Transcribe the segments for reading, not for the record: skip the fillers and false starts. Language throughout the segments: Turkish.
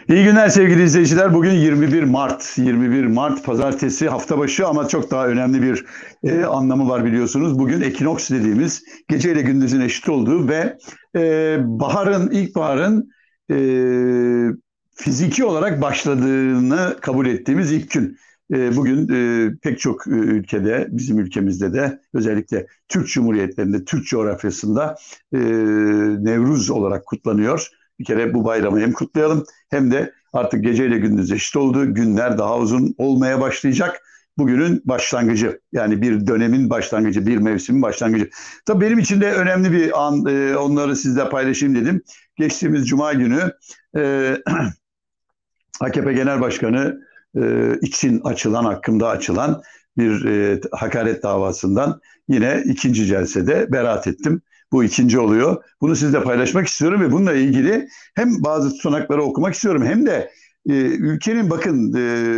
İyi günler sevgili izleyiciler. Bugün 21 Mart. 21 Mart pazartesi hafta başı ama çok daha önemli bir anlamı var biliyorsunuz. Bugün ekinoks dediğimiz geceyle gündüzün eşit olduğu ve ilkbaharın e, fiziki olarak başladığını kabul ettiğimiz ilk gün. Bugün pek çok ülkede, bizim ülkemizde de özellikle Türk Cumhuriyetlerinde, Türk coğrafyasında Nevruz olarak kutlanıyor. Bir kere bu bayramı hem kutlayalım hem de artık geceyle gündüz eşit oldu. Günler daha uzun olmaya başlayacak. Bugünün başlangıcı, yani bir dönemin başlangıcı, bir mevsimin başlangıcı. Tabii benim için de önemli bir an, onları sizle paylaşayım dedim. Geçtiğimiz Cuma günü AKP Genel Başkanı için hakkında açılan bir hakaret davasından yine ikinci celsede beraat ettim. Bu ikinci oluyor. Bunu sizle paylaşmak istiyorum ve bununla ilgili hem bazı tutanakları okumak istiyorum hem de ülkenin bakın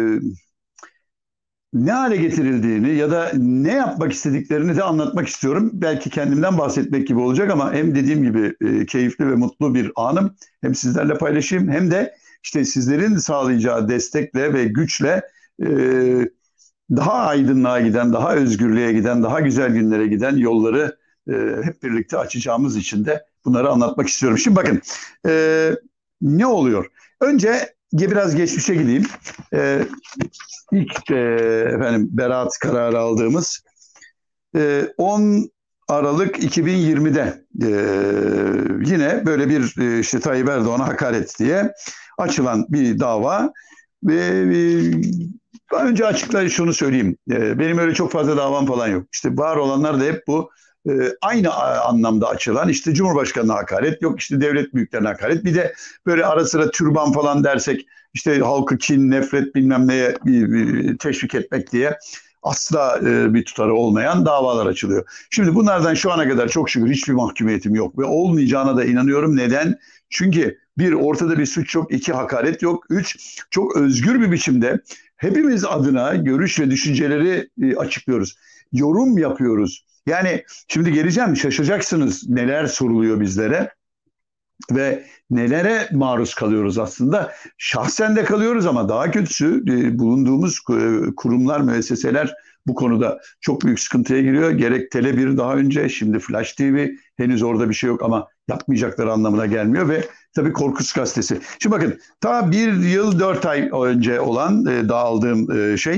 ne hale getirildiğini ya da ne yapmak istediklerini de anlatmak istiyorum. Belki kendimden bahsetmek gibi olacak ama hem dediğim gibi keyifli ve mutlu bir anım. Hem sizlerle paylaşayım hem de işte sizlerin sağlayacağı destekle ve güçle e, daha aydınlığa giden, daha özgürlüğe giden, daha güzel günlere giden yolları hep birlikte açacağımız için de bunları anlatmak istiyorum. Şimdi bakın ne oluyor? Önce biraz geçmişe gideyim. E, ilk beraat kararı aldığımız 10 Aralık 2020'de yine böyle bir işte Tayyip Erdoğan'a hakaret diye açılan bir dava ve önce açıklayayım şunu söyleyeyim. Benim öyle çok fazla davam falan yok. İşte var olanlar da hep bu aynı anlamda açılan işte Cumhurbaşkanı'na hakaret yok işte devlet büyüklerine hakaret bir de böyle ara sıra türban falan dersek işte halkı kin, nefret bilmem neye teşvik etmek diye asla bir tutarı olmayan davalar açılıyor. Şimdi bunlardan şu ana kadar çok şükür hiçbir mahkumiyetim yok ve olmayacağına da inanıyorum. Neden? Çünkü bir, ortada bir suç yok. İki, hakaret yok. Üç, çok özgür bir biçimde hepimiz adına görüş ve düşünceleri açıklıyoruz. Yorum yapıyoruz. Yani şimdi geleceğim, şaşacaksınız neler soruluyor bizlere ve nelere maruz kalıyoruz aslında. Şahsen de kalıyoruz ama daha kötüsü bulunduğumuz kurumlar, müesseseler bu konuda çok büyük sıkıntıya giriyor. Gerek Tele1 daha önce, şimdi Flash TV, henüz orada bir şey yok ama yapmayacakları anlamına gelmiyor ve tabii Korkus Gazetesi. Şimdi bakın, ta 1 yıl 4 ay önce olan dağıldığım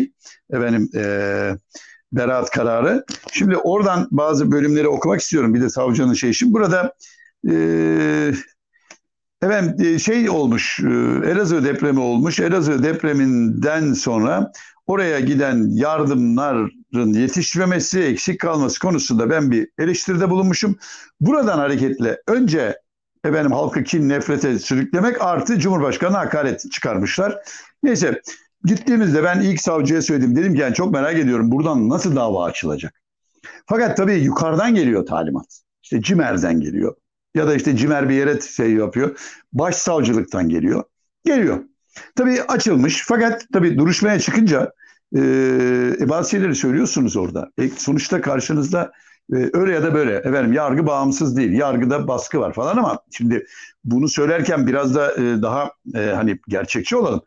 beraat kararı. Şimdi oradan bazı bölümleri okumak istiyorum. Bir de savcının Şimdi burada e, olmuş, Elazığ depremi olmuş. Elazığ depreminden sonra oraya giden yardımların yetişmemesi, eksik kalması konusunda ben bir eleştiride bulunmuşum. Buradan hareketle önce halkı kin, nefrete sürüklemek artı Cumhurbaşkanı'na hakaret çıkarmışlar. Neyse, gittiğimizde ben ilk savcıya söyledim. Dedim ki yani çok merak ediyorum buradan nasıl dava açılacak? Fakat tabii yukarıdan geliyor talimat. İşte CİMER'den geliyor. Ya da işte CİMER bir yere yapıyor. Başsavcılıktan geliyor. Geliyor. Tabii açılmış. Fakat tabii duruşmaya çıkınca bazı şeyleri söylüyorsunuz orada. Sonuçta karşınızda öyle ya da böyle. Yargı bağımsız değil. Yargıda baskı var falan ama şimdi bunu söylerken biraz da daha hani gerçekçi olalım.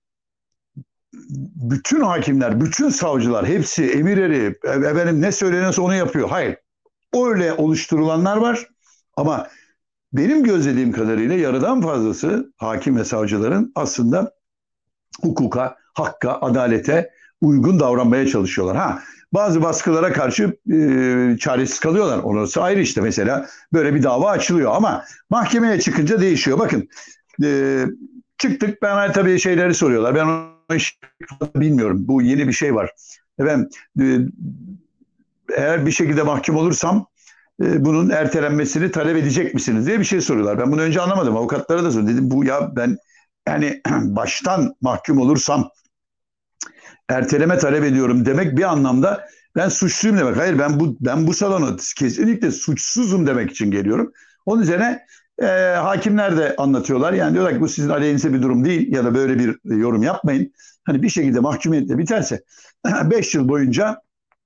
Bütün hakimler, bütün savcılar hepsi emir eri, ne söyleniyorsa onu yapıyor. Hayır. Öyle oluşturulanlar var ama benim gözlediğim kadarıyla yarıdan fazlası hakim ve savcıların aslında hukuka, hakka, adalete uygun davranmaya çalışıyorlar. Bazı baskılara karşı çaresiz kalıyorlar. Orası ayrı işte, mesela böyle bir dava açılıyor ama mahkemeye çıkınca değişiyor. Bakın çıktık, ben tabii şeyleri soruyorlar. Ben onu hiç bilmiyorum. Bu yeni bir şey var. Efendim eğer bir şekilde mahkum olursam bunun ertelenmesini talep edecek misiniz diye bir şey soruyorlar. Ben bunu önce anlamadım. Avukatlara da sordum. Dedim bu ya ben yani baştan mahkum olursam erteleme talep ediyorum demek bir anlamda ben suçluyum demek. Hayır, ben bu salona kesinlikle suçsuzum demek için geliyorum. Onun üzerine hakimler de anlatıyorlar. Yani diyorlar ki bu sizin aleyhinize bir durum değil ya da böyle bir yorum yapmayın. Hani bir şekilde mahkumiyetle biterse 5 yıl boyunca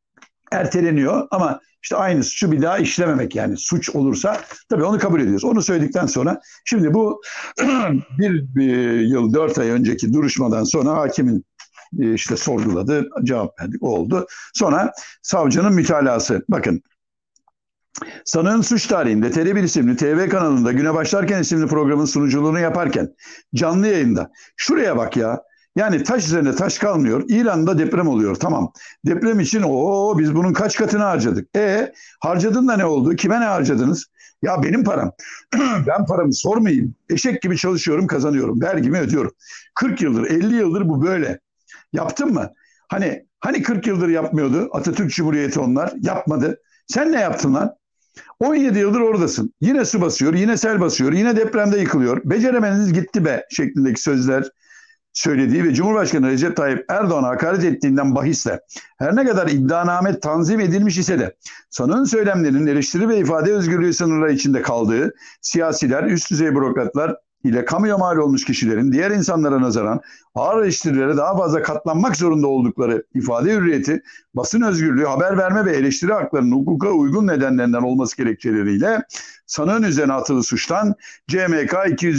erteleniyor ama işte aynı suçu bir daha işlememek, yani suç olursa tabii onu kabul ediyoruz. Onu söyledikten sonra şimdi bu bir yıl 4 ay önceki duruşmadan sonra hakimin işte sorguladı, cevap verdik, o oldu. Sonra savcının mütalası. Bakın, sanığın suç tarihinde TR1 isimli TV kanalında Güne Başlarken isimli programın sunuculuğunu yaparken canlı yayında, şuraya bak ya, yani taş üzerine taş kalmıyor. İran'da deprem oluyor, tamam. Deprem için biz bunun kaç katını harcadık. Harcadın da ne oldu? Kime ne harcadınız? Ya benim param. Ben paramı sormayayım. Eşek gibi çalışıyorum, kazanıyorum. Vergimi ödüyorum. 40 yıldır, 50 yıldır bu böyle. Yaptın mı? Hani 40 yıldır yapmıyordu Atatürk Cumhuriyeti, onlar yapmadı. Sen ne yaptın lan? 17 yıldır oradasın. Yine su basıyor, yine sel basıyor, yine depremde yıkılıyor. Beceremediniz gitti be şeklindeki sözler söylediği ve Cumhurbaşkanı Recep Tayyip Erdoğan'a hakaret ettiğinden bahisle her ne kadar iddianame tanzim edilmiş ise de sanığın söylemlerinin eleştiri ve ifade özgürlüğü sınırları içinde kaldığı, siyasiler, üst düzey bürokratlar ile kamuya mal olmuş kişilerin diğer insanlara nazaran ağır eleştirilere daha fazla katlanmak zorunda oldukları ifade hürriyeti, basın özgürlüğü, haber verme ve eleştiri haklarının hukuka uygun nedenlerinden olması gerekçeleriyle sanığın üzerine atılı suçtan CMK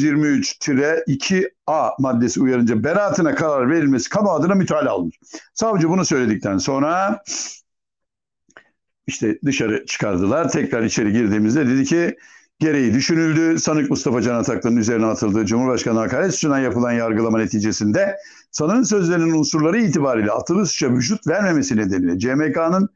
223-2A maddesi uyarınca beraatine karar verilmesi kamu adına mütalaa olunur. Savcı bunu söyledikten sonra işte dışarı çıkardılar. Tekrar içeri girdiğimizde dedi ki, gereği düşünüldü. Sanık Mustafa Can Ataklı'nın üzerine atıldığı Cumhurbaşkanı hakaret suçundan yapılan yargılama neticesinde sanığın sözlerinin unsurları itibariyle atılı suça vücut vermemesi nedeniyle CMK'nın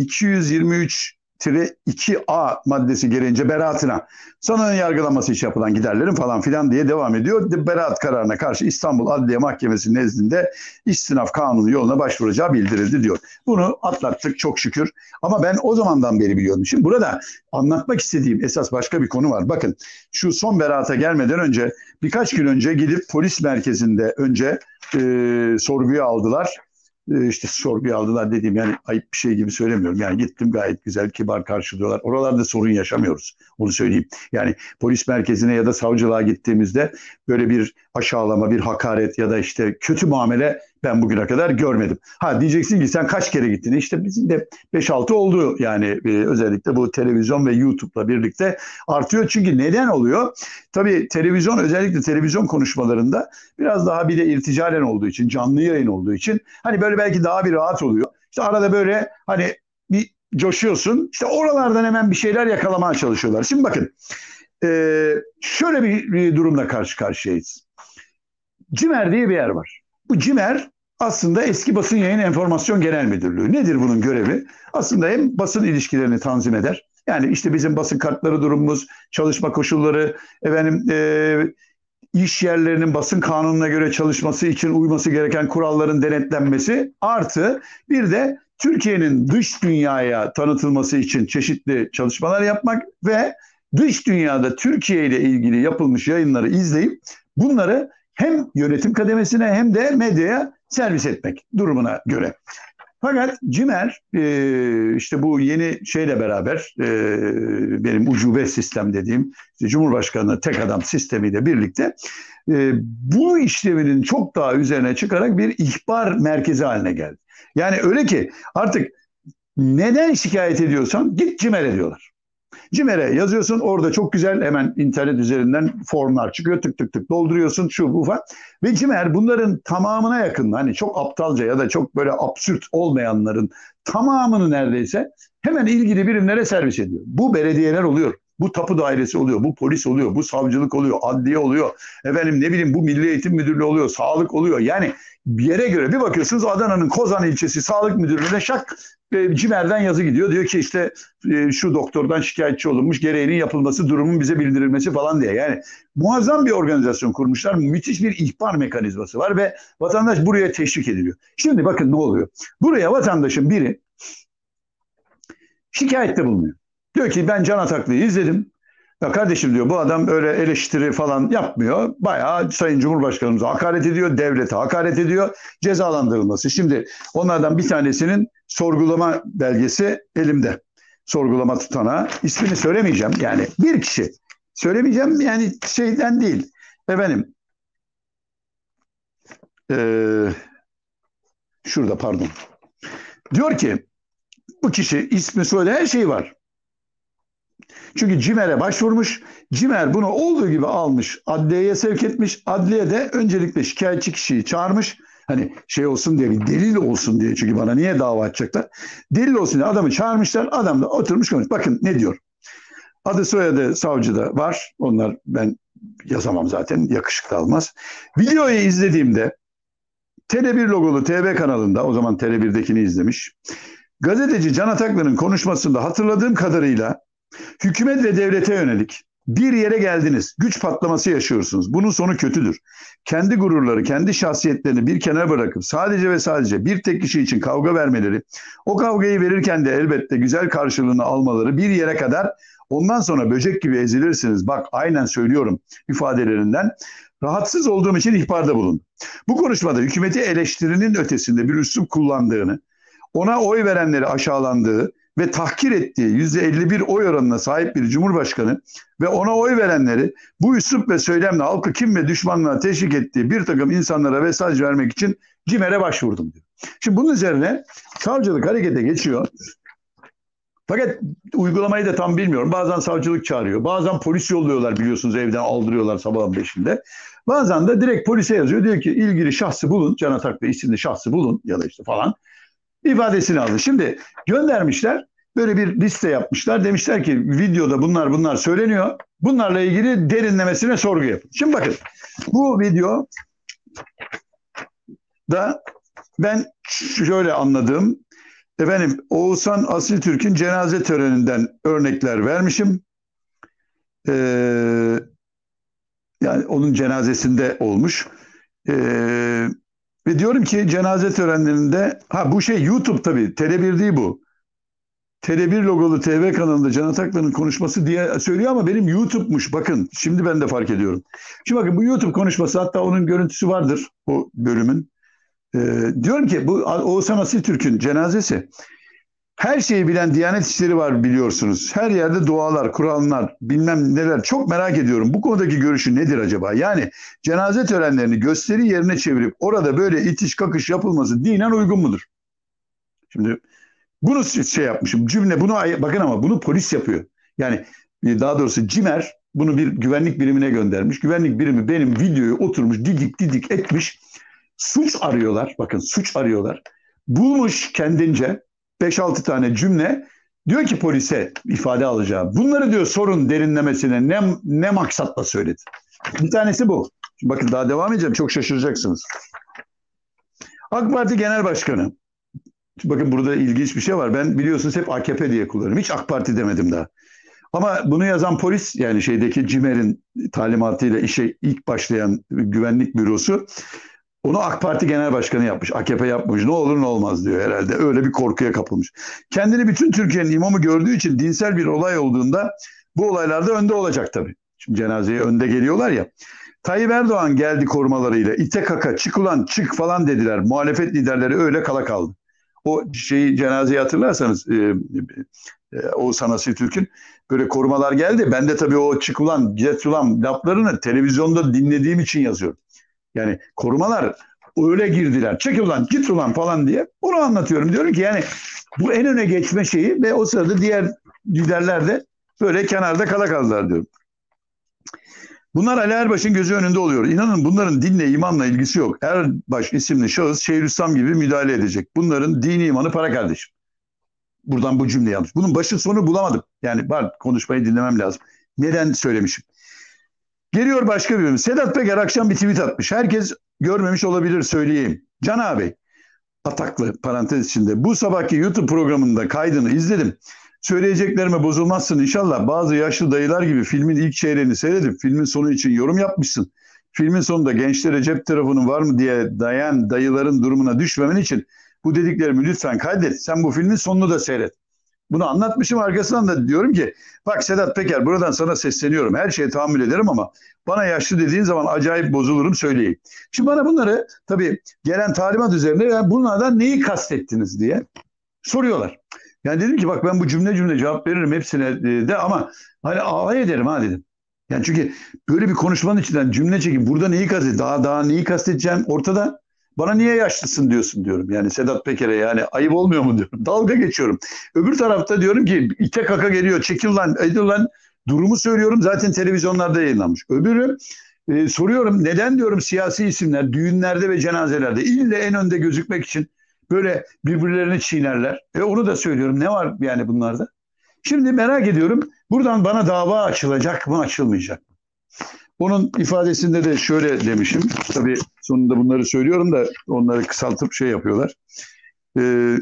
223-2A maddesi gereğince beraatına, sanığın yargılanması için yapılan giderlerin falan filan diye devam ediyor. Beraat kararına karşı İstanbul Adliye Mahkemesi nezdinde istinaf kanunu yoluna başvuracağı bildirildi diyor. Bunu atlattık çok şükür. Ama ben o zamandan beri biliyordum. Şimdi burada anlatmak istediğim esas başka bir konu var. Bakın, şu son beraata gelmeden önce birkaç gün önce gidip polis merkezinde önce sorguya aldılar. İşte sorguya aldılar dediğim, yani ayıp bir şey gibi söylemiyorum. Yani gittim, gayet güzel, kibar karşılıyorlar. Oralarda sorun yaşamıyoruz. Onu söyleyeyim. Yani polis merkezine ya da savcılığa gittiğimizde böyle bir aşağılama, bir hakaret ya da işte kötü muamele ben bugüne kadar görmedim. Ha, diyeceksin ki sen kaç kere gittin? İşte bizim de 5-6 oldu yani, özellikle bu televizyon ve YouTube'la birlikte artıyor. Çünkü neden oluyor? Tabii televizyon, özellikle televizyon konuşmalarında biraz daha bir de irticalen olduğu için, canlı yayın olduğu için hani böyle belki daha bir rahat oluyor. İşte arada böyle hani bir coşuyorsun. İşte oralardan hemen bir şeyler yakalamaya çalışıyorlar. Şimdi bakın, şöyle bir durumla karşı karşıyayız. CİMER diye bir yer var. Bu CİMER aslında eski Basın Yayın Enformasyon Genel Müdürlüğü. Nedir bunun görevi? Aslında hem basın ilişkilerini tanzim eder. Yani işte bizim basın kartları durumumuz, çalışma koşulları, iş yerlerinin basın kanununa göre çalışması için uyması gereken kuralların denetlenmesi, artı bir de Türkiye'nin dış dünyaya tanıtılması için çeşitli çalışmalar yapmak ve dış dünyada Türkiye ile ilgili yapılmış yayınları izleyip bunları hem yönetim kademesine hem de medyaya servis etmek durumuna göre. Fakat CİMER işte bu yeni şeyle beraber, benim ucube sistem dediğim işte Cumhurbaşkanı tek adam sistemiyle birlikte bu işlevinin çok daha üzerine çıkarak bir ihbar merkezi haline geldi. Yani öyle ki artık neden şikayet ediyorsan git CİMER'e diyorlar. CİMER'e yazıyorsun, orada çok güzel hemen internet üzerinden formlar çıkıyor, tık tık tık dolduruyorsun, şu bu falan. Ve CİMER bunların tamamına yakın, hani çok aptalca ya da çok böyle absürt olmayanların tamamını neredeyse hemen ilgili birimlere servis ediyor. Bu belediyeler oluyor. Bu tapu dairesi oluyor, bu polis oluyor, bu savcılık oluyor, adliye oluyor. Efendim ne bileyim, bu Milli Eğitim Müdürlüğü oluyor, sağlık oluyor. Yani bir yere göre bir bakıyorsunuz, Adana'nın Kozan ilçesi sağlık müdürlüğüne şak CİMER'den yazı gidiyor. Diyor ki işte şu doktordan şikayetçi olunmuş, gereğinin yapılması, durumun bize bildirilmesi falan diye. Yani muazzam bir organizasyon kurmuşlar. Müthiş bir ihbar mekanizması var ve vatandaş buraya teşvik ediliyor. Şimdi bakın ne oluyor. Buraya vatandaşın biri şikayette bulunuyor. Diyor ki ben Can Ataklı'yı izledim. Ya kardeşim diyor, bu adam öyle eleştiri falan yapmıyor. Bayağı Sayın Cumhurbaşkanımıza hakaret ediyor, devlete hakaret ediyor. Cezalandırılması. Şimdi onlardan bir tanesinin sorgulama belgesi elimde. Sorgulama tutanağı. İsmini söylemeyeceğim. Yani bir kişi. Söylemeyeceğim yani şeyden değil. Efendim, şurada pardon. Diyor ki Bu kişi ismi soyadı her şeyi var. Çünkü CİMER'e başvurmuş. CİMER bunu olduğu gibi almış, adliyeye sevk etmiş. Adliye de öncelikle şikayetçi kişiyi çağırmış. Hani şey olsun diye, bir delil olsun diye. Çünkü bana niye dava açacaklar? Delil olsun diye adamı çağırmışlar. Adam da oturmuş konuşmuş. Bakın ne diyor. Adı soyadı savcıda var. Onlar ben yazamam zaten. Yakışıklı almaz. Videoyu izlediğimde Tele1 logolu TV kanalında, o zaman Tele1'dekini izlemiş, gazeteci Can Ataklı'nın konuşmasında hatırladığım kadarıyla hükümet ve devlete yönelik bir yere geldiniz, güç patlaması yaşıyorsunuz. Bunun sonu kötüdür. Kendi gururları, kendi şahsiyetlerini bir kenara bırakıp sadece ve sadece bir tek kişi için kavga vermeleri, o kavgayı verirken de elbette güzel karşılığını almaları bir yere kadar, ondan sonra böcek gibi ezilirsiniz. Bak aynen söylüyorum ifadelerinden rahatsız olduğum için ihbarda bulundum. Bu konuşmada hükümeti eleştirinin ötesinde bir üslup kullandığını, ona oy verenleri aşağılandığı ve tahkir ettiği %51 oy oranına sahip bir cumhurbaşkanı ve ona oy verenleri bu üslup ve söylemle halkı kim ve düşmanlığa teşvik ettiği bir takım insanlara mesaj vermek için CİMER'e başvurdum diyor. Şimdi bunun üzerine savcılık harekete geçiyor. Fakat uygulamayı da tam bilmiyorum. Bazen savcılık çağırıyor. Bazen polis yolluyorlar, biliyorsunuz, evden aldırıyorlar sabahın 5'inde. Bazen de direkt polise yazıyor. Diyor ki ilgili şahsı bulun. Can Ataklı isimli şahsı bulun ya da işte falan. İfadesini alın. Şimdi göndermişler. Böyle bir liste yapmışlar. Demişler ki videoda bunlar söyleniyor. Bunlarla ilgili derinlemesine sorgu yapın. Şimdi bakın. Bu video da ben şöyle anladığım, efendim, Oğuzhan Asiltürk'ün cenaze töreninden örnekler vermişim. Yani onun cenazesinde olmuş. Ve diyorum ki cenaze törenlerinde, bu şey YouTube tabii, Tele1 değil bu. Tele1 logolu TV kanalında Can Ataklı'nın konuşması diye söylüyor ama benim YouTube'muş. Bakın şimdi ben de fark ediyorum. Şimdi bakın bu YouTube konuşması, hatta onun görüntüsü vardır o bölümün. Diyorum ki bu Oğuzhan Asiltürk'ün cenazesi. Her şeyi bilen Diyanet İşleri var, biliyorsunuz. Her yerde dualar, Kur'anlar, bilmem neler. Çok merak ediyorum. Bu konudaki görüşü nedir acaba? Yani cenaze törenlerini gösteri yerine çevirip orada böyle itiş kakış yapılması dinen uygun mudur? Şimdi bunu şey yapmışım. Cümle bunu, bakın ama bunu polis yapıyor. Yani daha doğrusu CİMER bunu bir güvenlik birimine göndermiş. Güvenlik birimi benim videoyu oturmuş didik didik etmiş. Suç arıyorlar. Bakın suç arıyorlar. Bulmuş kendince 5-6 tane cümle, diyor ki polise ifade alacağım. Bunları diyor sorun derinlemesine ne maksatla söyledi. Bir tanesi bu. Şimdi bakın daha devam edeceğim, çok şaşıracaksınız. AK Parti Genel Başkanı. Şimdi bakın burada ilginç bir şey var. Ben biliyorsunuz hep AKP diye kullanıyorum. Hiç AK Parti demedim daha. Ama bunu yazan polis, yani şeydeki CİMER'in talimatıyla işe ilk başlayan güvenlik bürosu, onu AK Parti Genel Başkanı yapmış. AKP yapmış. Ne olur ne olmaz diyor herhalde. Öyle bir korkuya kapılmış. Kendini bütün Türkiye'nin imamı gördüğü için dinsel bir olay olduğunda bu olaylarda önde olacak tabii. Şimdi cenazeye önde geliyorlar ya. Tayyip Erdoğan geldi korumalarıyla. İte kaka çık ulan çık falan dediler. Muhalefet liderleri öyle kala kaldı. O cenazeyi hatırlarsanız Oğuzhan Asiltürk'ün böyle korumalar geldi. Ben de tabii o çık ulan get ulan laflarını televizyonda dinlediğim için yazıyorum. Yani korumalar öyle girdiler. Çek ulan git ulan falan diye. Bunu anlatıyorum. Diyorum ki yani bu en öne geçme şeyi ve o sırada diğer liderler de böyle kenarda kala kaldılar diyorum. Bunlar Ali Erbaş'ın gözü önünde oluyor. İnanın bunların dinle, imanla ilgisi yok. Erbaş isimli şahıs Şeyhülislam gibi müdahale edecek. Bunların dini imanı para kardeşim. Buradan bu cümle yanlış. Bunun başı sonu bulamadım. Yani konuşmayı dinlemem lazım. Neden söylemişim? Geliyor başka bir bölüm. Sedat Peker akşam bir tweet atmış. Herkes görmemiş olabilir, söyleyeyim. Can abi, Ataklı parantez içinde, bu sabahki YouTube programında kaydını izledim. Söyleyeceklerime bozulmazsın inşallah. Bazı yaşlı dayılar gibi filmin ilk çeyreğini seyredip filmin sonu için yorum yapmışsın. Filmin sonunda gençlere cep telefonun var mı diye dayan dayıların durumuna düşmemen için bu dediklerimi lütfen kaydet. Sen bu filmin sonunu da seyret. Bunu anlatmışım, arkasından da diyorum ki bak Sedat Peker, buradan sana sesleniyorum. Her şeye tahammül ederim ama bana yaşlı dediğin zaman acayip bozulurum, söyleyeyim. Şimdi bana bunları tabii gelen talimat üzerine yani bunlardan neyi kastettiniz diye soruyorlar. Yani dedim ki bak ben bu cümle cevap veririm hepsine de ama hani alay ederim ha dedim. Yani çünkü böyle bir konuşmanın içinden cümle çekip burada neyi kastet, daha neyi kastedeceğim ortada. Bana niye yaşlısın diyorsun diyorum. Yani Sedat Peker'e, yani ayıp olmuyor mu diyorum. Dalga geçiyorum. Öbür tarafta diyorum ki ite kaka geliyor, çekil lan, edil lan. Durumu söylüyorum, zaten televizyonlarda yayınlanmış. Öbürü soruyorum, neden diyorum siyasi isimler düğünlerde ve cenazelerde ille en önde gözükmek için böyle birbirlerini çiğnerler. Onu da söylüyorum, ne var yani bunlarda? Şimdi merak ediyorum, buradan bana dava açılacak mı, açılmayacak mı? Onun ifadesinde de şöyle demişim. Tabii sonunda bunları söylüyorum da onları kısaltıp şey yapıyorlar. Ee,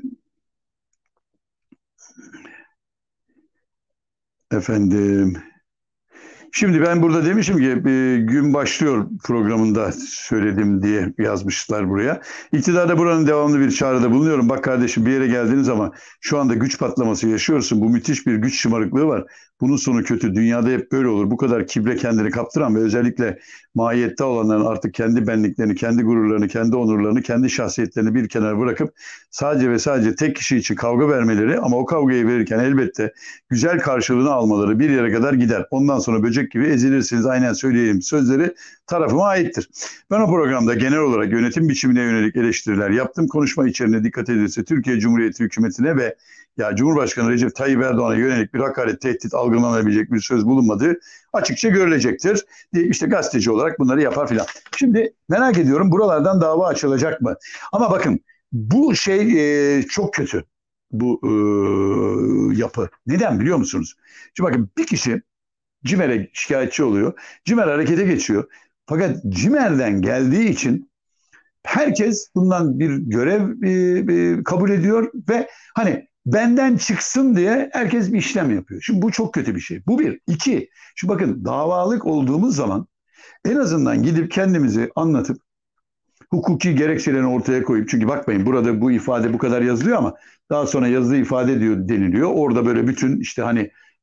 efendim, şimdi ben burada demişim ki gün başlıyor programında söyledim diye yazmışlar buraya. İktidarda buranın devamlı bir çağrıda bulunuyorum. Bak kardeşim, bir yere geldiniz ama şu anda güç patlaması yaşıyorsun. Bu müthiş bir güç şımarıklığı var. Bunun sonu kötü. Dünyada hep böyle olur. Bu kadar kibre kendini kaptıran ve özellikle mahiyette olanların artık kendi benliklerini, kendi gururlarını, kendi onurlarını, kendi şahsiyetlerini bir kenara bırakıp sadece ve sadece tek kişi için kavga vermeleri, ama o kavgayı verirken elbette güzel karşılığını almaları bir yere kadar gider. Ondan sonra böcek gibi ezilirsiniz. Aynen söyleyeyim sözleri tarafıma aittir. Ben o programda genel olarak yönetim biçimine yönelik eleştiriler yaptım. Konuşma içeriğine dikkat edilirse Türkiye Cumhuriyeti hükümetine ve ya Cumhurbaşkanı Recep Tayyip Erdoğan'a yönelik bir hakaret, tehdit algılanabilecek bir söz bulunmadığı açıkça görülecektir. İşte gazeteci olarak bunları yapar filan. Şimdi merak ediyorum, buralardan dava açılacak mı? Ama bakın, bu şey çok kötü, bu yapı. Neden biliyor musunuz? Şimdi bakın, bir kişi CİMER'e şikayetçi oluyor. CİMER harekete geçiyor. Fakat CİMER'den geldiği için herkes bundan bir görev kabul ediyor ve hani benden çıksın diye herkes bir işlem yapıyor. Şimdi bu çok kötü bir şey. Bu bir. İki. Şimdi bakın, davalık olduğumuz zaman en azından gidip kendimizi anlatıp hukuki gerekçelerini ortaya koyup, çünkü bakmayın burada bu ifade bu kadar yazılıyor ama daha sonra yazılı ifade diyor deniliyor. Orada böyle bütün işte hani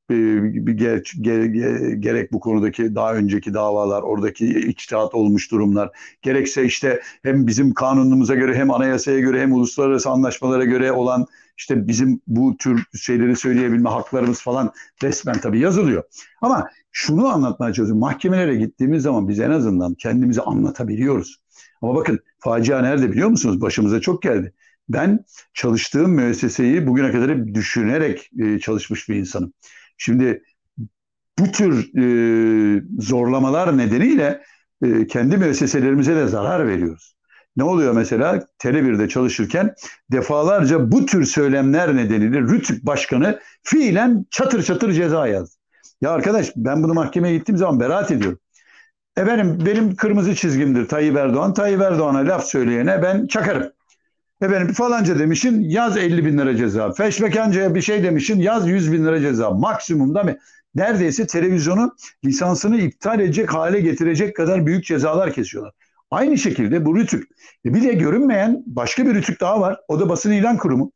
gerek bu konudaki daha önceki davalar, oradaki içtihat olmuş durumlar, gerekse işte hem bizim kanunumuza göre hem anayasaya göre hem uluslararası anlaşmalara göre olan işte bizim bu tür şeyleri söyleyebilme haklarımız falan resmen tabii yazılıyor. Ama şunu anlatmaya çalışıyorum. Mahkemelere gittiğimiz zaman biz en azından kendimizi anlatabiliyoruz. Ama bakın, facia nerede biliyor musunuz? Başımıza çok geldi. Ben çalıştığım müesseseyi bugüne kadar hep düşünerek çalışmış bir insanım. Şimdi bu tür zorlamalar nedeniyle kendi müesseselerimize de zarar veriyoruz. Ne oluyor mesela? Tele1'de çalışırken defalarca bu tür söylemler nedeniyle Rütük Başkanı fiilen çatır çatır ceza yazdı. Ya arkadaş, ben bunu mahkemeye gittiğim zaman beraat ediyorum. Efendim, benim kırmızı çizgimdir Tayyip Erdoğan. Tayyip Erdoğan'a laf söyleyene ben çakarım. Efendim, falanca demişin, yaz 50 bin lira ceza. Feşmekanca'ya bir şey demişin, yaz 100 bin lira ceza. Maksimumda mı? Neredeyse televizyonun lisansını iptal edecek hale getirecek kadar büyük cezalar kesiyorlar. Aynı şekilde bu Rütük. Bir de görünmeyen başka bir Rütük daha var. O da basın ilan kurumu.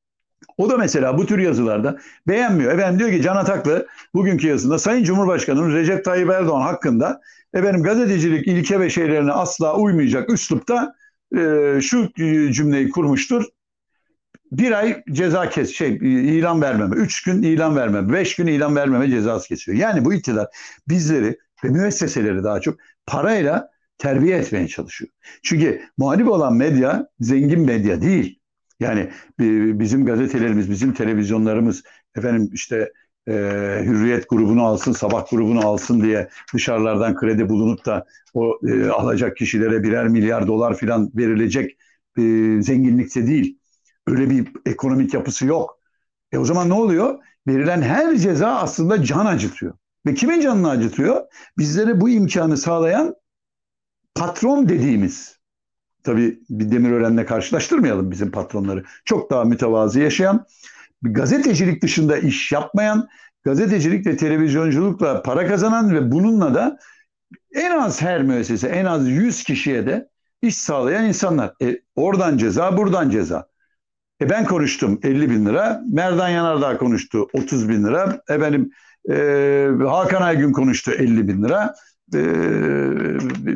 O da mesela bu tür yazılarda beğenmiyor. Efendim, diyor ki Can Ataklı bugünkü yazısında Sayın Cumhurbaşkanımız Recep Tayyip Erdoğan hakkında efendim gazetecilik ilke ve şeylerine asla uymayacak üslupta şu cümleyi kurmuştur. Bir ay ceza ilan vermeme, 3 gün ilan vermeme, 5 gün ilan vermeme cezası kesiyor. Yani bu iktidar bizleri ve müesseseleri daha çok parayla terbiye etmeye çalışıyor. Çünkü muhalif olan medya zengin medya değil. Yani bizim gazetelerimiz, bizim televizyonlarımız efendim işte e, Hürriyet grubunu alsın, Sabah grubunu alsın diye dışarılardan kredi bulunup da o alacak kişilere birer milyar dolar filan verilecek zenginlikte değil. Öyle bir ekonomik yapısı yok. O zaman ne oluyor? Verilen her ceza aslında can acıtıyor. Ve kimin canını acıtıyor? Bizlere bu imkanı sağlayan patron dediğimiz. Tabii bir Demirören'le karşılaştırmayalım bizim patronları. Çok daha mütevazi yaşayan, gazetecilik dışında iş yapmayan, gazetecilik ve televizyonculukla para kazanan ve bununla da en az her müessese, en az 100 kişiye de iş sağlayan insanlar. Oradan ceza, buradan ceza. Ben konuştum 50 bin lira. Merdan Yanardağ konuştu 30 bin lira. Efendim Hakan Aygün konuştu 50 bin lira. E,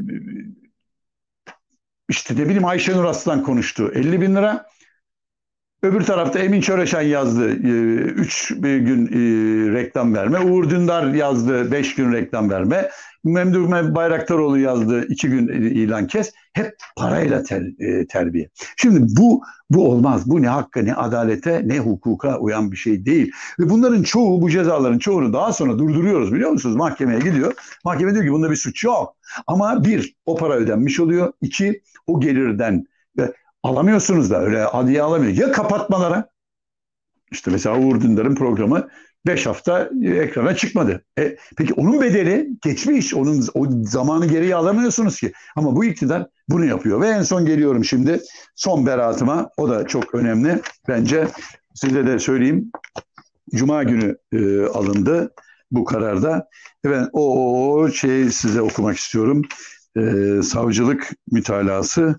işte ne bileyim Ayşenur Aslan konuştu 50 bin lira. Öbür tarafta Emin Çöreşen yazdı 3 gün reklam verme. Uğur Dündar yazdı 5 gün reklam verme. Memduh Bayraktaroğlu yazdı 2 gün ilan kes. Hep parayla terbiye. Şimdi bu olmaz. Bu ne hakka ne adalete ne hukuka uyan bir şey değil. Ve bunların çoğu, bu cezaların çoğunu daha sonra durduruyoruz, biliyor musunuz? Mahkemeye gidiyor. Mahkeme diyor ki bunda bir suç yok. Ama bir, o para ödenmiş oluyor. İki, o gelirden alamıyorsunuz da, öyle adiye alamıyor. Ya kapatmalara, işte mesela Uğur Dündar'ın programı 5 hafta ekrana çıkmadı. Peki onun bedeli geçmiş. Onun o zamanı geriye alamıyorsunuz ki. Ama bu iktidar bunu yapıyor. Ve en son geliyorum şimdi son beraatıma. O da çok önemli. Bence size de söyleyeyim. Cuma günü alındı bu kararda. Ben o şeyi size okumak istiyorum. Savcılık mütalası.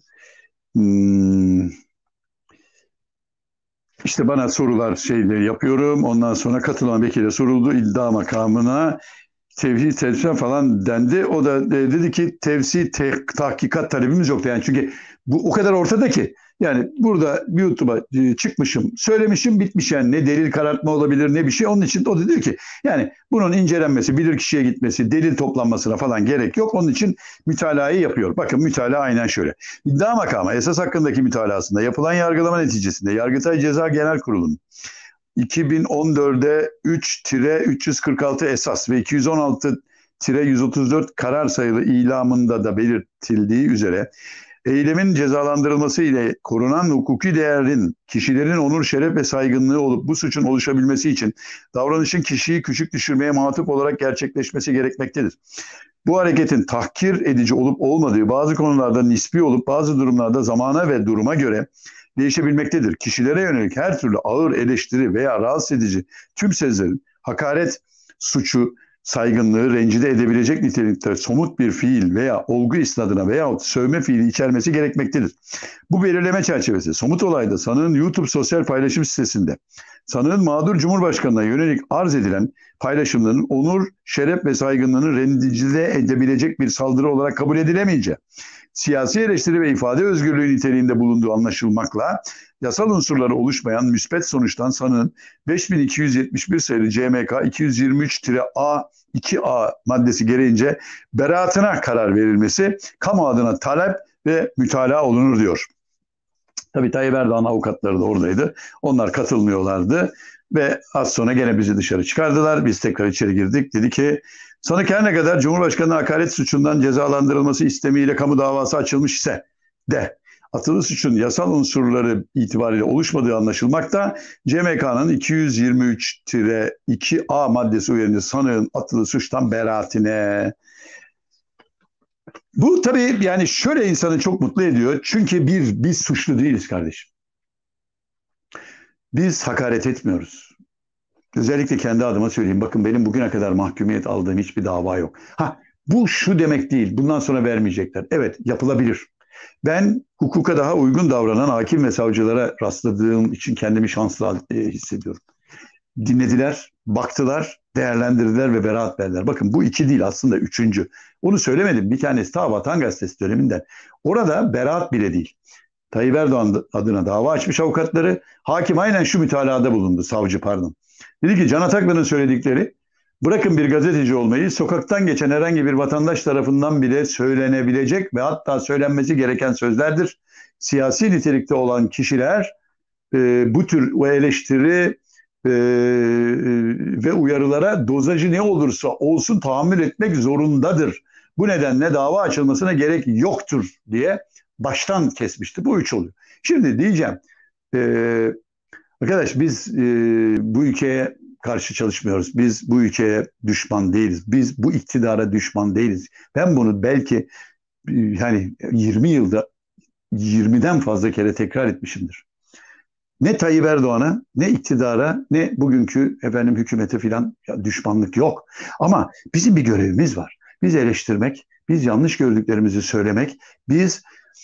İşte bana sorular şeyleri yapıyorum. Ondan sonra katılan vekile soruldu. İddia makamına tevhid tevhid falan dendi. O da dedi ki tevsi tahkikat talebimiz yoktu. Yani çünkü bu o kadar ortada ki. Yani burada YouTube'a çıkmışım, söylemişim, bitmiş yani. Ne delil karartma olabilir ne bir şey. Onun için o da diyor ki yani bunun incelenmesi, bilirkişiye gitmesi, delil toplanmasına falan gerek yok. Onun için mütalayı yapıyor. Bakın mütalaa aynen şöyle. İddia makamı esas hakkındaki mütalasında yapılan yargılama neticesinde Yargıtay Ceza Genel Kurulu'nun 2014'de 3-346 esas ve 216-134 karar sayılı ilamında da belirtildiği üzere eylemin cezalandırılması ile korunan hukuki değerin kişilerin onur, şeref ve saygınlığı olup bu suçun oluşabilmesi için davranışın kişiyi küçük düşürmeye muhatap olarak gerçekleşmesi gerekmektedir. Bu hareketin tahkir edici olup olmadığı, bazı konularda nispi olup bazı durumlarda zamana ve duruma göre değişebilmektedir. Kişilere yönelik her türlü ağır eleştiri veya rahatsız edici tüm sözlerin hakaret suçu, saygınlığı rencide edebilecek nitelikte somut bir fiil veya olgu isnadına veya sövme fiili içermesi gerekmektedir. Bu belirleme çerçevesi somut olayda sanığın YouTube sosyal paylaşım sitesinde sanığın mağdur Cumhurbaşkanı'na yönelik arz edilen paylaşımların onur, şeref ve saygınlığını rencide edebilecek bir saldırı olarak kabul edilemeyeceği, siyasi eleştiri ve ifade özgürlüğü niteliğinde bulunduğu anlaşılmakla yasal unsurları oluşmayan müspet sonuçtan sanığın 5271 sayılı CMK 223-A 2A maddesi gereğince beraatına karar verilmesi kamu adına talep ve mütalaa olunur diyor. Tabii Tayyip Erdoğan avukatları da oradaydı. Onlar katılmıyorlardı ve az sonra gene bizi dışarı çıkardılar. Biz tekrar içeri girdik. Dedi ki sanık her ne kadar Cumhurbaşkanı hakaret suçundan cezalandırılması istemiyle kamu davası açılmış ise de atılı suçun yasal unsurları itibariyle oluşmadığı anlaşılmakta. CMK'nın 223-2A maddesi uyarınca sanığın atılı suçtan beraatine. Bu tabii yani şöyle insanı çok mutlu ediyor. Çünkü biz suçlu değiliz kardeşim. Biz hakaret etmiyoruz. Özellikle kendi adıma söyleyeyim. Bakın benim bugüne kadar mahkumiyet aldığım hiçbir dava yok. Bu şu demek değil. Bundan sonra vermeyecekler. Evet, yapılabilir. Ben hukuka daha uygun davranan hakim ve savcılara rastladığım için kendimi şanslı hissediyorum. Dinlediler, baktılar, değerlendirdiler ve beraat verdiler. Bakın bu iki değil, aslında üçüncü. Onu söylemedim. Bir tanesi ta Vatan Gazetesi döneminden. Orada beraat bile değil. Tayyip Erdoğan adına dava açmış avukatları. Hakim aynen şu mütalada bulundu, savcı pardon. Dedi ki Can Ataklı'nın söyledikleri, bırakın bir gazeteci olmayı, sokaktan geçen herhangi bir vatandaş tarafından bile söylenebilecek ve hatta söylenmesi gereken sözlerdir. Siyasi nitelikte olan kişiler bu tür o eleştiri ve uyarılara dozajı ne olursa olsun tahammül etmek zorundadır. Bu nedenle dava açılmasına gerek yoktur diye baştan kesmişti. Bu üç oluyor. Şimdi diyeceğim, arkadaş biz bu ülkeye karşı çalışmıyoruz. Biz bu ülkeye düşman değiliz. Biz bu iktidara düşman değiliz. Ben bunu belki yani 20 yılda 20'den fazla kere tekrar etmişimdir. Ne Tayyip Erdoğan'a, ne iktidara, ne bugünkü hükümete filan düşmanlık yok. Ama bizim bir görevimiz var. Biz eleştirmek, biz yanlış gördüklerimizi söylemek, biz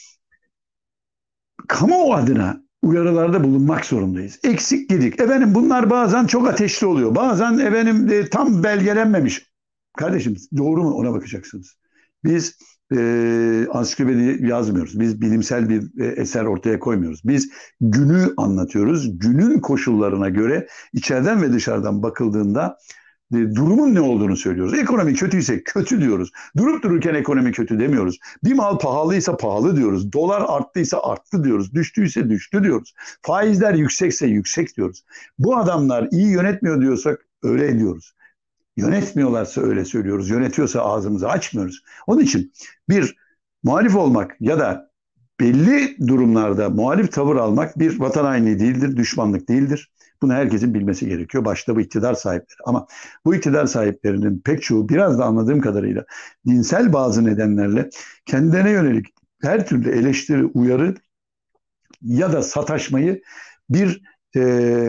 kamu adına uyarılarda bulunmak zorundayız. Eksik gedik. Bunlar bazen çok ateşli oluyor. Bazen tam belgelenmemiş. Kardeşim doğru mu, ona bakacaksınız. Biz ansiklopedi yazmıyoruz. Biz bilimsel bir eser ortaya koymuyoruz. Biz günü anlatıyoruz. Günün koşullarına göre içeriden ve dışarıdan bakıldığında durumun ne olduğunu söylüyoruz. Ekonomi kötüyse kötü diyoruz. Durup dururken ekonomi kötü demiyoruz. Bir mal pahalıysa pahalı diyoruz. Dolar arttıysa arttı diyoruz. Düştüyse düştü diyoruz. Faizler yüksekse yüksek diyoruz. Bu adamlar iyi yönetmiyor diyorsak öyle ediyoruz. Yönetmiyorlarsa öyle söylüyoruz. Yönetiyorsa ağzımızı açmıyoruz. Onun için bir muhalif olmak ya da belli durumlarda muhalif tavır almak bir vatan hainliği değildir, düşmanlık değildir. Bunu herkesin bilmesi gerekiyor. Başta bu iktidar sahipleri. Ama bu iktidar sahiplerinin pek çoğu biraz da anladığım kadarıyla dinsel bazı nedenlerle kendilerine yönelik her türlü eleştiri, uyarı ya da sataşmayı bir e,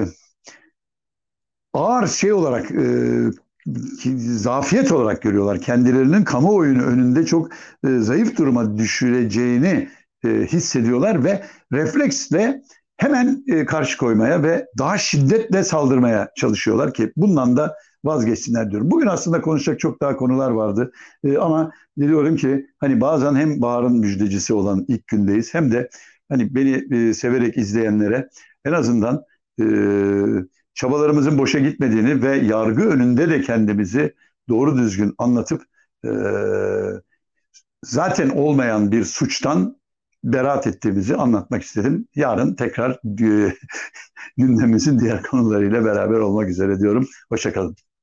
ağır şey olarak zafiyet olarak görüyorlar. Kendilerinin kamuoyunun önünde çok zayıf duruma düşüreceğini hissediyorlar ve refleksle hemen karşı koymaya ve daha şiddetle saldırmaya çalışıyorlar ki bundan da vazgeçsinler diyorum. Bugün aslında konuşacak çok daha konular vardı. Ama diyorum ki hani bazen hem baharın müjdecisi olan ilk gündeyiz hem de hani beni severek izleyenlere en azından e, çabalarımızın boşa gitmediğini ve yargı önünde de kendimizi doğru düzgün anlatıp e, zaten olmayan bir suçtan beraat ettiğimizi anlatmak istedim. Yarın tekrar gündemimizin diğer konularıyla beraber olmak üzere diyorum. Hoşça kalın.